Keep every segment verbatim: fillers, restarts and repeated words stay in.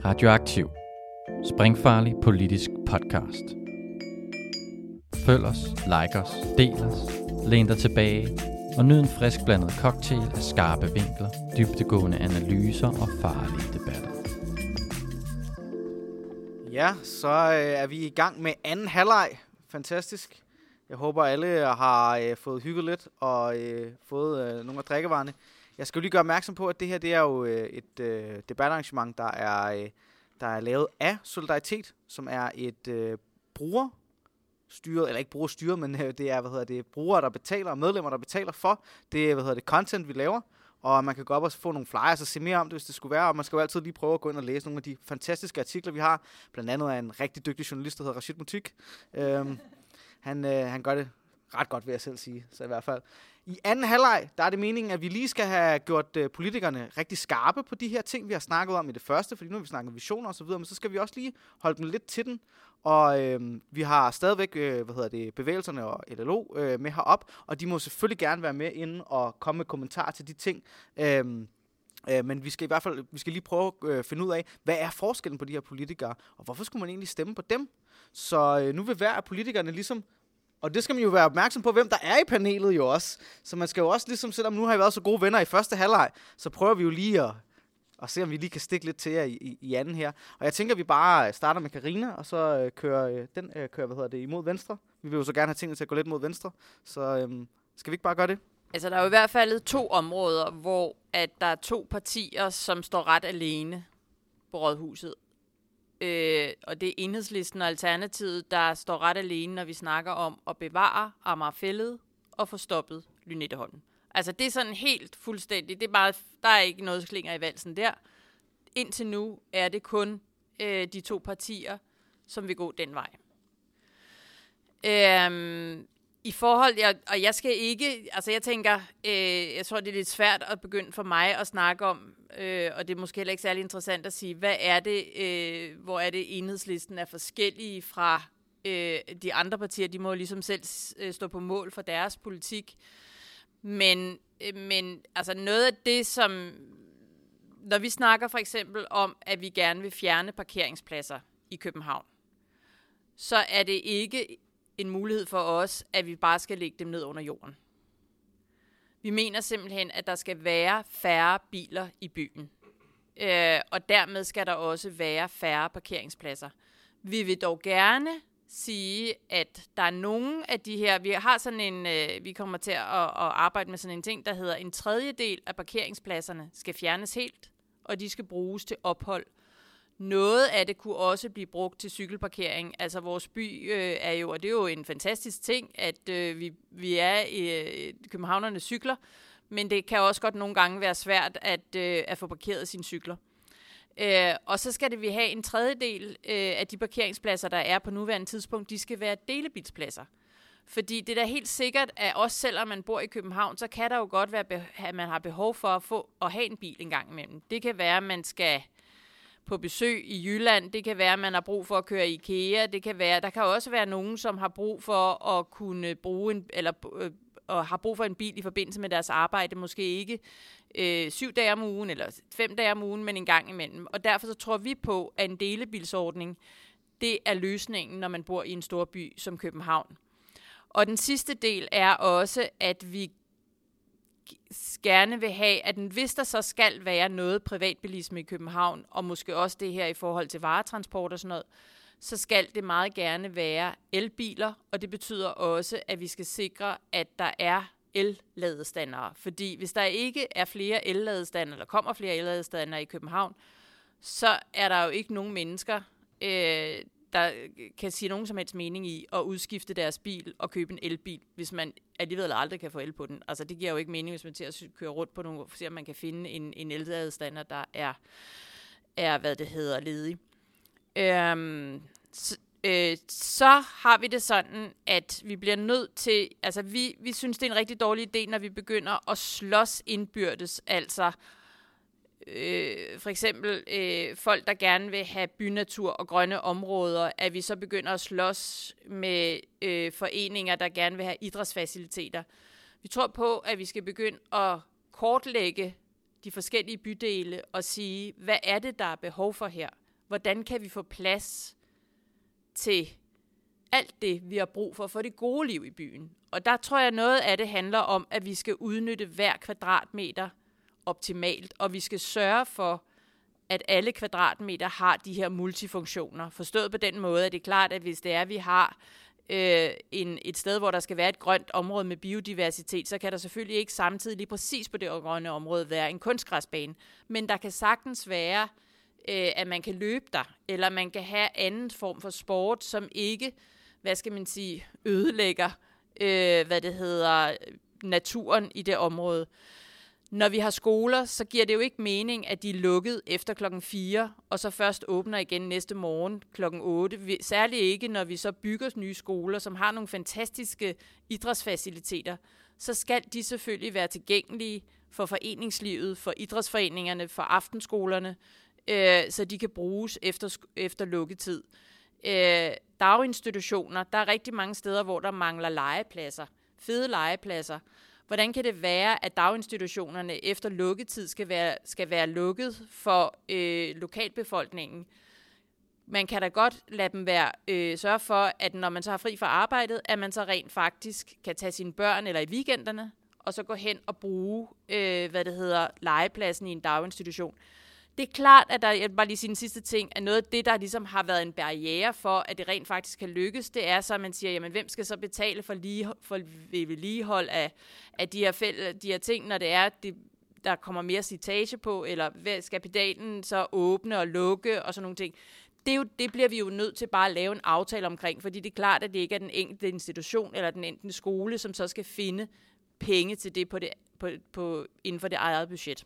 Radioaktiv. Springfarlig politisk podcast. Følg os, like os, del os, læn dig tilbage og nyd en frisk blandet cocktail af skarpe vinkler, dybdegående analyser og farlige debatter. Ja, så øh, er vi i gang med anden halvleg. Fantastisk. Jeg håber, alle har øh, fået hygget lidt og øh, fået øh, nogle af drikkevarerne. Jeg skal jo lige gøre opmærksom på, at det her det er jo øh, et øh, debatarrangement, der er, øh, der er lavet af Solidaritet, som er et øh, brugerstyret, eller ikke brugerstyret, men øh, det er hvad hedder det, brugere, der betaler, og medlemmer, der betaler for det, hvad hedder det, content, vi laver. Og man kan gå op og få nogle flyers og se mere om det, hvis det skulle være. Og man skal jo altid lige prøve at gå ind og læse nogle af de fantastiske artikler, vi har. Blandt andet af en rigtig dygtig journalist, der hedder Rashid Mutik. Øhm, han, øh, han gør det ret godt, vil jeg selv sige. Så i hvert fald. I anden halvleg, der er det meningen, at vi lige skal have gjort øh, politikerne rigtig skarpe på de her ting, vi har snakket om i det første. Fordi nu har vi snakket visioner og så videre, men så skal vi også lige holde dem lidt til den. Og øh, vi har stadigvæk øh, hvad hedder det, bevægelserne og L L O øh, med herop, og de må selvfølgelig gerne være med inde og komme med kommentarer til de ting. Øh, øh, men vi skal i hvert fald vi skal lige prøve at øh, finde ud af, hvad er forskellen på de her politikere, og hvorfor skulle man egentlig stemme på dem? Så øh, nu vil hver af politikerne ligesom, og det skal man jo være opmærksom på, hvem der er i panelet jo også. Så man skal jo også ligesom, selvom nu har I været så gode venner i første halvleg, så prøver vi jo lige at og se, om vi lige kan stikke lidt til jer i, i, i anden her. Og jeg tænker, at vi bare starter med Karina, og så øh, kører øh, den øh, kører, hvad hedder det, imod venstre. Vi vil jo så gerne have tingene til at gå lidt mod venstre. Så øh, skal vi ikke bare gøre det? Altså, der er jo i hvert fald to områder, hvor at der er to partier, som står ret alene på Rådhuset. Øh, og det er Enhedslisten og Alternativet, der står ret alene, når vi snakker om at bevare Amagerfælled og få stoppet Lynetteholm. Altså, det er sådan helt fuldstændigt. Det er bare, der er ikke noget klinger i valsen der. Indtil nu er det kun øh, de to partier, som vil gå den vej. Øhm, I forhold, jeg, og jeg skal ikke, altså jeg tænker, øh, jeg tror, det er lidt svært at begynde for mig at snakke om, øh, og det er måske heller ikke særlig interessant at sige, hvad er det, øh, hvor er det Enhedslisten er forskellige fra øh, de andre partier. De må ligesom selv øh, stå på mål for deres politik. Men, men altså noget af det, som, når vi snakker for eksempel om, at vi gerne vil fjerne parkeringspladser i København, så er det ikke en mulighed for os, at vi bare skal lægge dem ned under jorden. Vi mener simpelthen, at der skal være færre biler i byen, øh, og dermed skal der også være færre parkeringspladser. Vi vil dog gerne sige, at der er nogle af de her, vi har sådan en, øh, vi kommer til at, at arbejde med sådan en ting, der hedder en tredjedel af parkeringspladserne skal fjernes helt, og de skal bruges til ophold. Noget af det kunne også blive brugt til cykelparkering. Altså vores by øh, er jo, og det er jo en fantastisk ting, at øh, vi, vi er i øh, københavnerne cykler, men det kan også godt nogle gange være svært at, øh, at få parkeret sine cykler. Øh, og så skal det vi have en tredjedel øh, af de parkeringspladser, der er på nuværende tidspunkt, de skal være delebilspladser. Fordi det er da helt sikkert, at også selvom man bor i København, så kan der jo godt være, at man har behov for at få at have en bil en gang imellem. Det kan være, at man skal på besøg i Jylland, det kan være, at man har brug for at køre i IKEA, det kan være, der kan også være nogen, som har brug for at kunne bruge en, eller øh, og har brug for en bil i forbindelse med deres arbejde, måske ikke øh, syv dage om ugen, eller fem dage om ugen, men en gang imellem. Og derfor så tror vi på, at en delebilsordning, det er løsningen, når man bor i en stor by som København. Og den sidste del er også, at vi gerne vil have, at hvis der så skal være noget privatbilisme i København, og måske også det her i forhold til varetransport og sådan noget, så skal det meget gerne være elbiler, og det betyder også, at vi skal sikre, at der er el-ladestandere. Fordi hvis der ikke er flere el-ladestandere, eller kommer flere el-ladestandere i København, så er der jo ikke nogen mennesker, øh, der kan sige nogen som helst mening i at udskifte deres bil og købe en elbil, hvis man alligevel aldrig kan få el på den. Altså det giver jo ikke mening, hvis man til at køre rundt på nogle, for at man kan finde en, en el-ladestander, der er, er, hvad det hedder, ledig. Øhm, så, øh, så har vi det sådan, at vi bliver nødt til, altså vi, vi synes, det er en rigtig dårlig idé, når vi begynder at slås indbyrdes, altså øh, for eksempel øh, folk, der gerne vil have bynatur og grønne områder, at vi så begynder at slås med øh, foreninger, der gerne vil have idrætsfaciliteter. Vi tror på, at vi skal begynde at kortlægge de forskellige bydele og sige, hvad er det, der er behov for her? hvordan kan vi få plads til alt det, vi har brug for for det gode liv i byen. Og der tror jeg, noget af det handler om, at vi skal udnytte hver kvadratmeter optimalt, og vi skal sørge for, at alle kvadratmeter har de her multifunktioner. Forstået på den måde, at det er klart, at hvis det er, at vi har øh, en, et sted, hvor der skal være et grønt område med biodiversitet, så kan der selvfølgelig ikke samtidig lige præcis på det grønne område være en kunstgræsbane. Men der kan sagtens være, øh, at man kan løbe der, eller man kan have anden form for sport, som ikke, hvad skal man sige, ødelægger, øh, hvad det hedder, naturen i det område. Når vi har skoler, så giver det jo ikke mening, at de er lukket efter klokken fire, og så først åbner igen næste morgen klokken otte. Særligt ikke, når vi så bygger nye skoler, som har nogle fantastiske idrætsfaciliteter. Så skal de selvfølgelig være tilgængelige for foreningslivet, for idrætsforeningerne, for aftenskolerne, øh, så de kan bruges efter, efter lukketid. Øh, daginstitutioner, der er rigtig mange steder, hvor der mangler legepladser, fede legepladser. Hvordan kan det være, at daginstitutionerne efter lukketid skal være, skal være lukket for øh, lokalbefolkningen? Man kan da godt lade dem være, øh, sørge for, at når man så har fri fra arbejdet, at man så rent faktisk kan tage sine børn eller i weekenderne, og så gå hen og bruge, øh, hvad det hedder, legepladsen i en daginstitution. Det er klart, at der, jeg vil bare lige sige den sidste ting, at noget af det, der ligesom har været en barriere for, at det rent faktisk kan lykkes, det er så, at man siger, jamen hvem skal så betale for, lige, for vedligehold af, af de, her fæld, de her ting, når det er, det, der kommer mere slitage på, eller skal pedalen så åbne og lukke og sådan nogle ting. Det, er jo, det bliver vi jo nødt til bare at lave en aftale omkring, fordi det er klart, at det ikke er den enkelte institution eller den enkelte skole, som så skal finde penge til det, på det på, på, inden for det eget budget.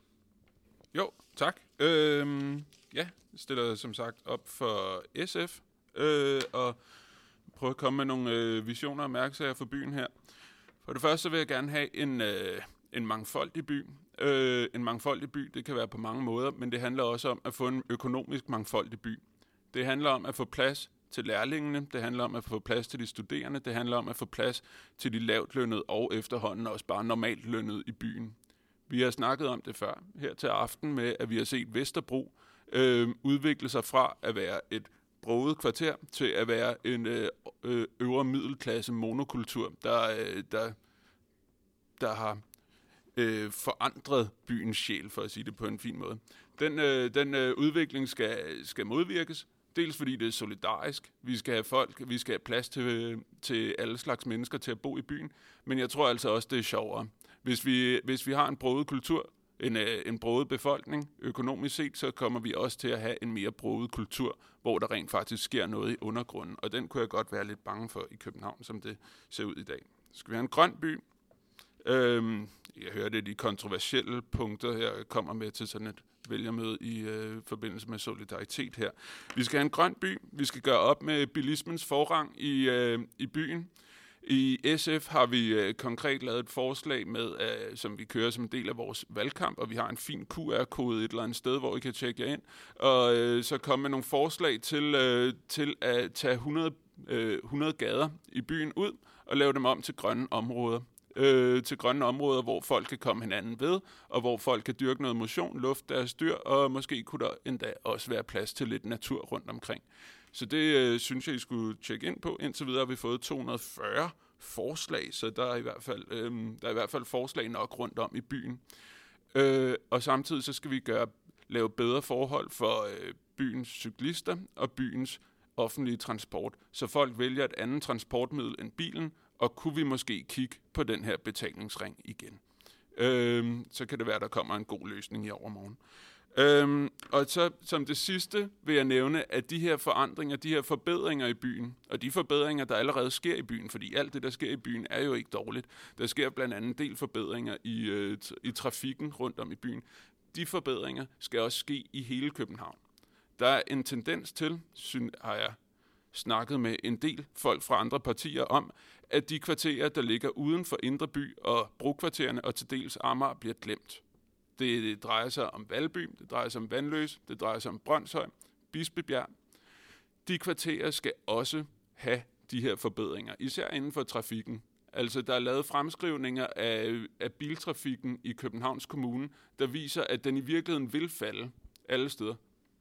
Jo, tak. Øhm, ja, jeg stiller som sagt op for S F øh, og prøver at komme med nogle øh, visioner og mærkesager for byen her. For det første så vil jeg gerne have en, øh, en mangfoldig by. Øh, en mangfoldig by, det kan være på mange måder, men det handler også om at få en økonomisk mangfoldig by. Det handler om at få plads til lærlingene, det handler om at få plads til de studerende, det handler om at få plads til de lavtlønnede og efterhånden også bare normalt lønnede i byen. Vi har snakket om det før her til aften med, at vi har set Vesterbro øh, udvikle sig fra at være et broget kvarter til at være en øh, øvre middelklasse monokultur, der, øh, der, der har øh, forandret byens sjæl, for at sige det på en fin måde. Den, øh, den øh, udvikling skal, skal modvirkes, dels fordi det er solidarisk. Vi skal have folk, vi skal have plads til, til alle slags mennesker til at bo i byen, men jeg tror altså også, det er sjovere. Hvis vi, hvis vi har en broget kultur, en, en broget befolkning, økonomisk set, så kommer vi også til at have en mere broget kultur, hvor der rent faktisk sker noget i undergrunden. Og den kunne jeg godt være lidt bange for i København, som det ser ud i dag. Så skal vi have en grøn by. Øhm, jeg hørte de kontroversielle punkter her, kommer med til sådan et vælgermøde i øh, forbindelse med solidaritet her. Vi skal have en grøn by. Vi skal gøre op med bilismens forrang i, øh, i byen. I S F har vi øh, konkret lavet et forslag med, øh, som vi kører som en del af vores valgkamp, og vi har en fin Q R-kode et eller andet sted, hvor I kan tjekke jer ind, og øh, så komme med nogle forslag til, øh, til at tage hundrede, øh, hundrede gader i byen ud og lave dem om til grønne områder. Øh, til grønne områder, hvor folk kan komme hinanden ved, og hvor folk kan dyrke noget motion, lufte deres dyr, og måske kunne der endda også være plads til lidt natur rundt omkring. Så det øh, synes jeg, I skulle tjekke ind på. Indtil videre har vi fået to hundrede og fyrre forslag, så der er i hvert fald, øh, der er i hvert fald forslag nok rundt om i byen. Øh, og samtidig så skal vi gøre, lave bedre forhold for øh, byens cyklister og byens offentlige transport, så folk vælger et andet transportmiddel end bilen, og kunne vi måske kigge på den her betalingsring igen. Øh, så kan det være, der kommer en god løsning i overmorgen. Øhm, og så som det sidste vil jeg nævne, at de her forandringer, de her forbedringer i byen, og de forbedringer, der allerede sker i byen, fordi alt det, der sker i byen, er jo ikke dårligt. Der sker blandt andet en del forbedringer i, øh, i trafikken rundt om i byen. De forbedringer skal også ske i hele København. Der er en tendens til, synes, har jeg snakket med en del folk fra andre partier om, at de kvarterer, der ligger uden for Indre By og brokvartererne og til dels Amager, bliver glemt. Det, det drejer sig om Valby, det drejer sig om Vandløs, det drejer sig om Brønshøj, Bispebjerg. De kvarterer skal også have de her forbedringer, især inden for trafikken. Altså, der er lavet fremskrivninger af, af biltrafikken i Københavns Kommune, der viser, at den i virkeligheden vil falde alle steder.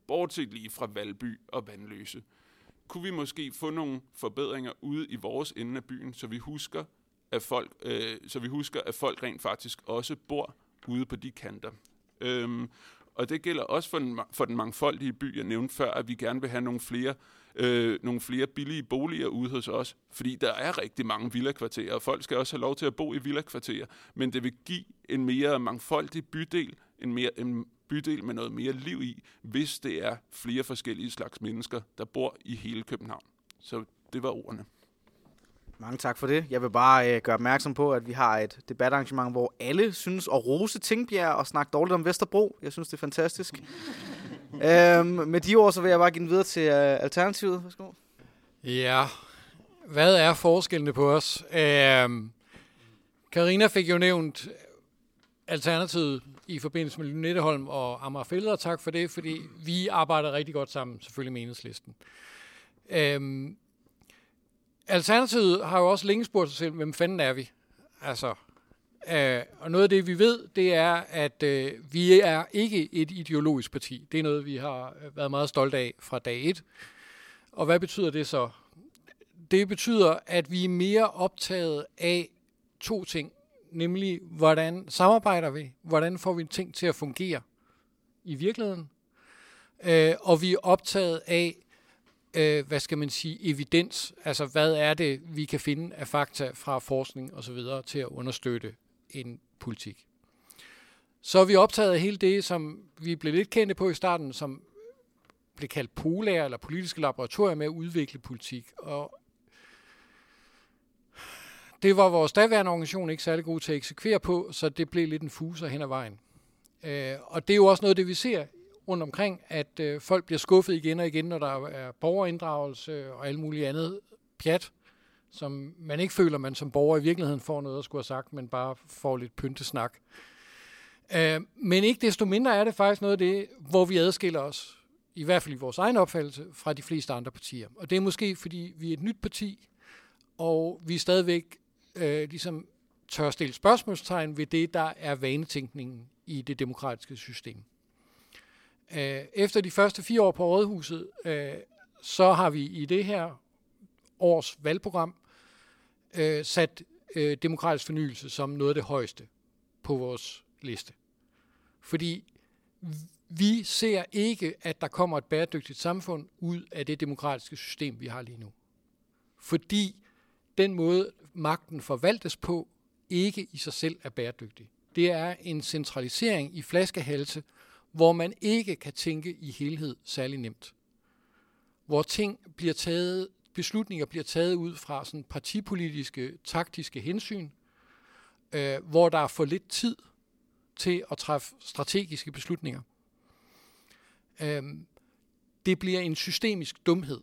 bortset lige fra Valby og Vandløse. Kunne vi måske få nogle forbedringer ude i vores ende af byen, så vi husker, at folk, øh, så vi husker, at folk rent faktisk også bor ude på de kanter. Øhm, og det gælder også for den, for den mangfoldige by, jeg nævnte før, at vi gerne vil have nogle flere, øh, nogle flere billige boliger ude hos os, fordi der er rigtig mange villakvarterer, og folk skal også have lov til at bo i villakvarterer, men det vil give en mere mangfoldig bydel, en, mere, en bydel med noget mere liv i, hvis det er flere forskellige slags mennesker, der bor i hele København. Så det var ordene. Mange tak for det. Jeg vil bare øh, gøre opmærksom på, at vi har et debatarrangement, hvor alle synes at rose Tingbjerg og snakke dårligt om Vesterbro. Jeg synes, det er fantastisk. øhm, med de ord, så vil jeg bare give den videre til øh, Alternativet. Værsgo. Ja, hvad er forskellene på os? Øhm, Carina fik jo nævnt Alternativet i forbindelse med Lynetteholm og Amager Fælled, og tak for det, fordi vi arbejder rigtig godt sammen, selvfølgelig med Enhedslisten. Øhm, Alternativet har jo også længe spurgt sig selv, hvem fanden er vi? Altså, øh, og noget af det, vi ved, det er, at øh, vi er ikke et ideologisk parti. Det er noget, vi har været meget stolte af fra dag et. Og hvad betyder det så? Det betyder, at vi er mere optaget af to ting, nemlig hvordan samarbejder vi, hvordan får vi ting til at fungere i virkeligheden, øh, og vi er optaget af, øh, hvad skal man sige, evidens, altså hvad er det, vi kan finde af fakta fra forskning og så videre til at understøtte en politik. Så er vi optaget af hele det, som vi blev lidt kendte på i starten, som blev kaldt POLAR, eller politiske laboratorier med at udvikle politik, og det var vores daværende organisation ikke særlig god til at eksekvere på, så det blev lidt en fuser hen ad vejen. Øh, og det er jo også noget af det, vi ser rundt omkring, at øh, folk bliver skuffet igen og igen, når der er borgerinddragelse og alt muligt andet pjat, som man ikke føler, man som borger i virkeligheden får noget at skulle have sagt, men bare får lidt pyntesnak. Øh, men ikke desto mindre er det faktisk noget af det, hvor vi adskiller os, i hvert fald i vores egen opfattelse, fra de fleste andre partier. Og det er måske, fordi vi er et nyt parti, og vi stadigvæk øh, ligesom tør stille spørgsmålstegn ved det, der er vanetænkningen i det demokratiske system. Øh, efter de første fire år på Rådhuset, øh, så har vi i det her års valgprogram øh, sat øh, demokratisk fornyelse som noget af det højeste på vores liste. Fordi vi ser ikke, at der kommer et bæredygtigt samfund ud af det demokratiske system, vi har lige nu. Fordi den måde, magten forvaltes på, ikke i sig selv er bæredygtig. Det er en centralisering i flaskehalse, hvor man ikke kan tænke i helhed særlig nemt. Hvor ting bliver taget, beslutninger bliver taget ud fra sådan partipolitiske, taktiske hensyn, øh, hvor der er for lidt tid til at træffe strategiske beslutninger. Øh, det bliver en systemisk dumhed.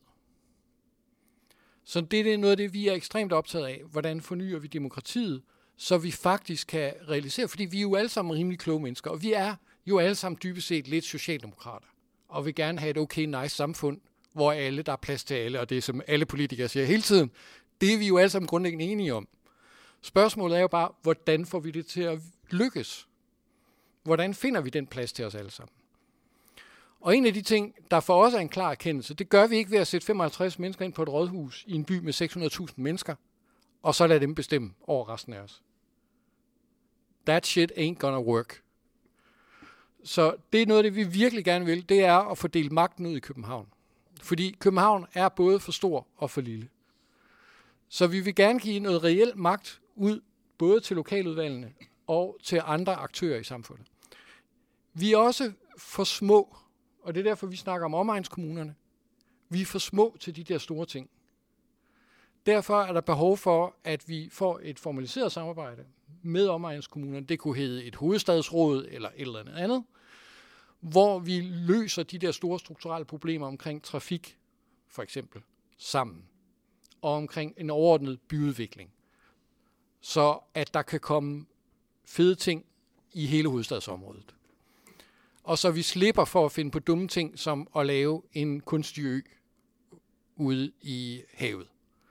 Så det er noget af det, vi er ekstremt optaget af. Hvordan fornyer vi demokratiet, så vi faktisk kan realisere, fordi vi er jo alle sammen rimelig kloge mennesker, og vi er jo alle sammen dybest set lidt socialdemokrater, og vil gerne have et okay, nice samfund, hvor alle, der er plads til alle, og det som alle politikere siger hele tiden, det er vi jo alle sammen grundlæggende enige om. Spørgsmålet er jo bare, hvordan får vi det til at lykkes? Hvordan finder vi den plads til os alle sammen? Og en af de ting, der for os er en klar erkendelse, det gør vi ikke ved at sætte femoghalvtreds mennesker ind på et rådhus i en by med seks hundrede tusind mennesker, og så lade dem bestemme over resten af os. That shit ain't gonna work. Så det er noget af det, vi virkelig gerne vil, det er at fordele magten ud i København. Fordi København er både for stor og for lille. Så vi vil gerne give noget reel magt ud, både til lokaludvalgene og til andre aktører i samfundet. Vi er også for små, og det er derfor, vi snakker om omegnskommunerne. Vi er for små til de der store ting. Derfor er der behov for, at vi får et formaliseret samarbejde med omegnskommunerne. Det kunne hedde et hovedstadsråd eller et eller andet andet, hvor vi løser de der store strukturelle problemer omkring trafik, for eksempel, sammen, og omkring en overordnet byudvikling, så at der kan komme fede ting i hele hovedstadsområdet. Og så vi slipper for at finde på dumme ting, som at lave en kunstig ø ude i havet.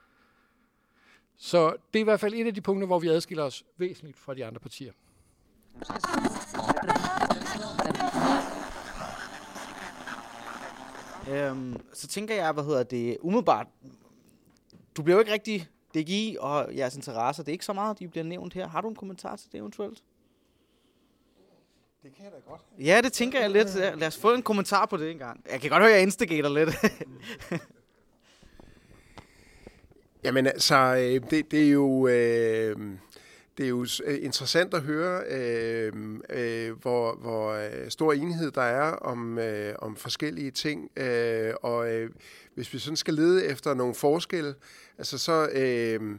Så det er i hvert fald et af de punkter, hvor vi adskiller os væsentligt fra de andre partier. Øhm, så tænker jeg, hvad hedder det, umiddelbart, du bliver jo ikke rigtig D G I og jeres interesser, det er ikke så meget, de bliver nævnt her. Har du en kommentar til det eventuelt? Det kan jeg da godt. Ja, det tænker jeg lidt. Lad os få en kommentar på det engang. Jeg kan godt høre, at jeg instigater lidt. Jamen altså, det, det er jo... Øh, Det er jo interessant at høre, øh, øh, hvor, hvor stor enighed der er om, øh, om forskellige ting. Øh, og øh, hvis vi sådan skal lede efter nogle forskelle, altså så... Øh,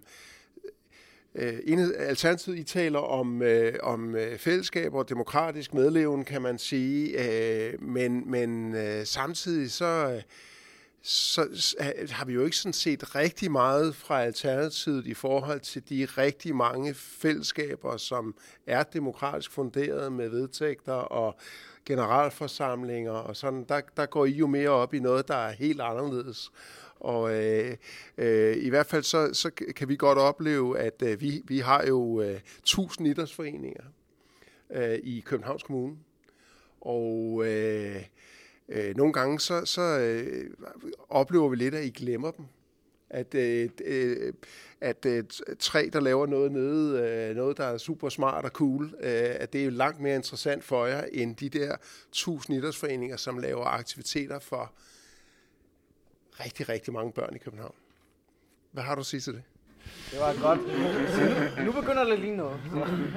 øh, Alternativet, I taler om, øh, om fællesskab og demokratisk medleven, kan man sige. Øh, men men øh, samtidig så... så har vi jo ikke sådan set rigtig meget fra Alternativet i forhold til de rigtig mange fællesskaber, som er demokratisk funderet med vedtægter og generalforsamlinger og sådan. Der, der går I jo mere op i noget, der er helt anderledes. Og øh, øh, i hvert fald så, så kan vi godt opleve, at øh, vi, vi har jo øh, tusind idrætsforeninger øh, i Københavns Kommune. Og... Øh, Øh, nogle gange så, så øh, oplever vi lidt, at I glemmer dem. At, øh, øh, at øh, tre, der laver noget nede, øh, noget der er super smart og cool, øh, at det er langt mere interessant for jer, end de der tusind idrætsforeninger, som laver aktiviteter for rigtig, rigtig mange børn i København. Hvad har du at sige til det? Det var godt. Nu begynder det lige noget.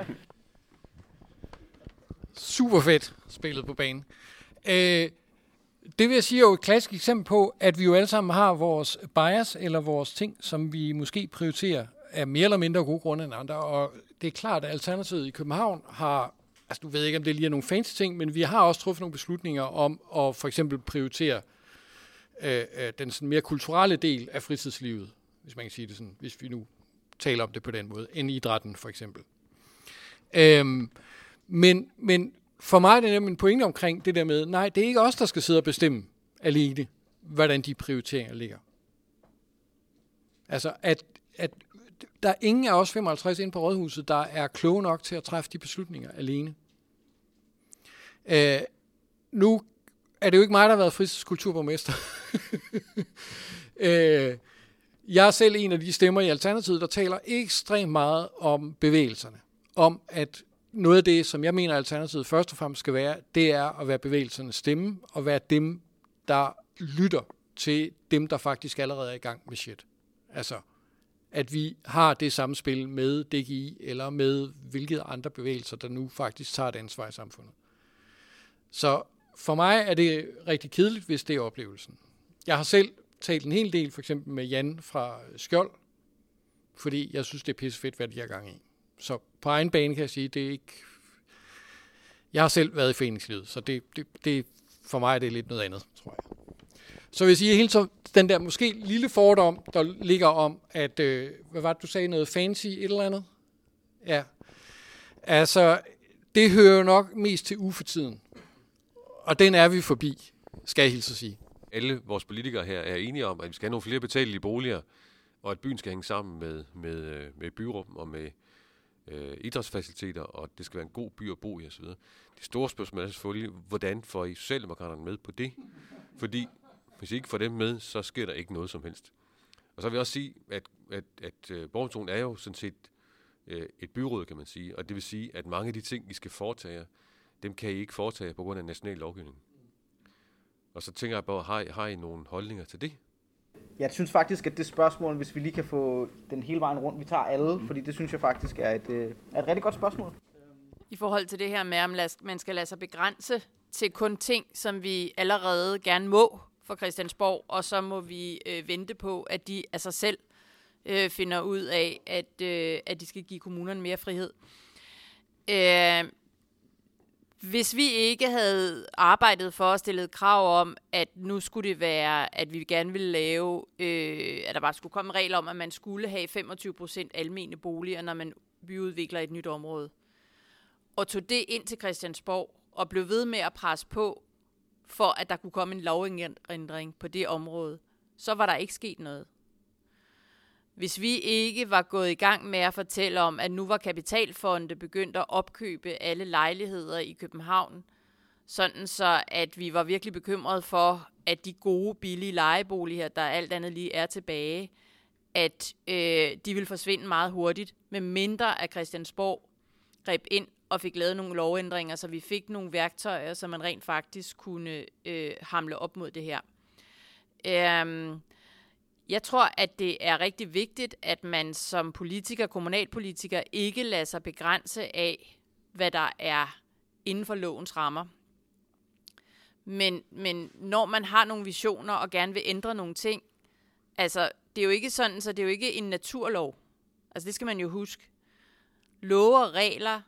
Super fedt spillet på banen. Øh, Det vil jeg sige er jo et klassisk eksempel på, at vi jo alle sammen har vores bias eller vores ting, som vi måske prioriterer af mere eller mindre gode grunde end andre. Og det er klart, at Alternativet i København har, altså du ved ikke, om det lige er nogle fancy ting, men vi har også truffet nogle beslutninger om at for eksempel prioritere øh, den sådan mere kulturelle del af fritidslivet, hvis man kan sige det sådan, hvis vi nu taler om det på den måde, end idrætten for eksempel. Øhm, men, men For mig er det nemlig en pointe omkring det der med, nej, det er ikke os, der skal sidde og bestemme alene, hvordan de prioriteringer ligger. Altså, at, at der er ingen af os femoghalvtreds inde på Rådhuset, der er kloge nok til at træffe de beslutninger alene. Øh, nu er det jo ikke mig, der har været fritidskulturborgmester. øh, jeg er selv en af de stemmer i Alternativet, der taler ekstremt meget om bevægelserne. Om at noget af det, som jeg mener, Alternativet først og fremmest skal være, det er at være bevægelsernes stemme, og være dem, der lytter til dem, der faktisk allerede er i gang med shit. Altså, at vi har det samspil med D G I, eller med hvilke andre bevægelser, der nu faktisk tager et ansvar i samfundet. Så for mig er det rigtig kedeligt, hvis det er oplevelsen. Jeg har selv talt en hel del, for eksempel med Jan fra Skjold, fordi jeg synes, det er pissefedt, hvad de har gang i. Så på egen bane kan jeg sige, det er ikke... Jeg har selv været i foreningslivet, så det, det, det, for mig er det lidt noget andet, tror jeg. Så vil jeg sige, helt så den der måske lille fordom, der ligger om, at, øh, hvad var det, du sagde, noget fancy, et eller andet? Ja. Altså, det hører jo nok mest til ufortiden. Og den er vi forbi, skal jeg hilse at sige. Alle vores politikere her er enige om, at vi skal have nogle flere betalelige boliger, og at byen skal hænge sammen med, med, med byrum og med øh, idrætsfaciliteter, og det skal være en god by at bo i osv. Det store spørgsmål er selvfølgelig, hvordan får I Socialdemokraterne med på det? Fordi hvis I ikke får dem med, så sker der ikke noget som helst. Og så vil jeg også sige, at, at, at uh, Borgermetogen er jo sådan set uh, et byråd, kan man sige. Og det vil sige, at mange af de ting, I skal foretage, dem kan I ikke foretage på grund af national lovgivning. Og så tænker jeg bare, har I, har I nogle holdninger til det? Jeg synes faktisk, at det spørgsmål, hvis vi lige kan få den hele vejen rundt, vi tager alle, fordi det synes jeg faktisk er et, øh, er et rigtig godt spørgsmål. I forhold til det her med, om man skal lade sig begrænse til kun ting, som vi allerede gerne må for Christiansborg, og så må vi øh, vente på, at de af sig selv øh, finder ud af, at, øh, at de skal give kommunerne mere frihed. Øh, Hvis vi ikke havde arbejdet for at stille et krav om, at nu skulle det være, at vi gerne ville lave, øh, at der bare skulle komme regler om, at man skulle have femogtyve procent almene boliger, når man byudvikler et nyt område, og tog det ind til Christiansborg og blev ved med at presse på, for at der kunne komme en lovændring på det område, så var der ikke sket noget. Hvis vi ikke var gået i gang med at fortælle om, at nu var kapitalfonde begyndt at opkøbe alle lejligheder i København, sådan så at vi var virkelig bekymrede for, at de gode, billige lejeboliger, der alt andet lige er tilbage, at øh, de ville forsvinde meget hurtigt, med mindre at Christiansborg greb ind og fik lavet nogle lovændringer, så vi fik nogle værktøjer, så man rent faktisk kunne øh, hamle op mod det her. Øhm, jeg tror, at det er rigtig vigtigt, at man som politiker, kommunalpolitiker, ikke lader sig begrænse af, hvad der er inden for lovens rammer. Men, men når man har nogle visioner og gerne vil ændre nogle ting, altså det er jo ikke sådan, så det er jo ikke en naturlov. Altså det skal man jo huske. Love og regler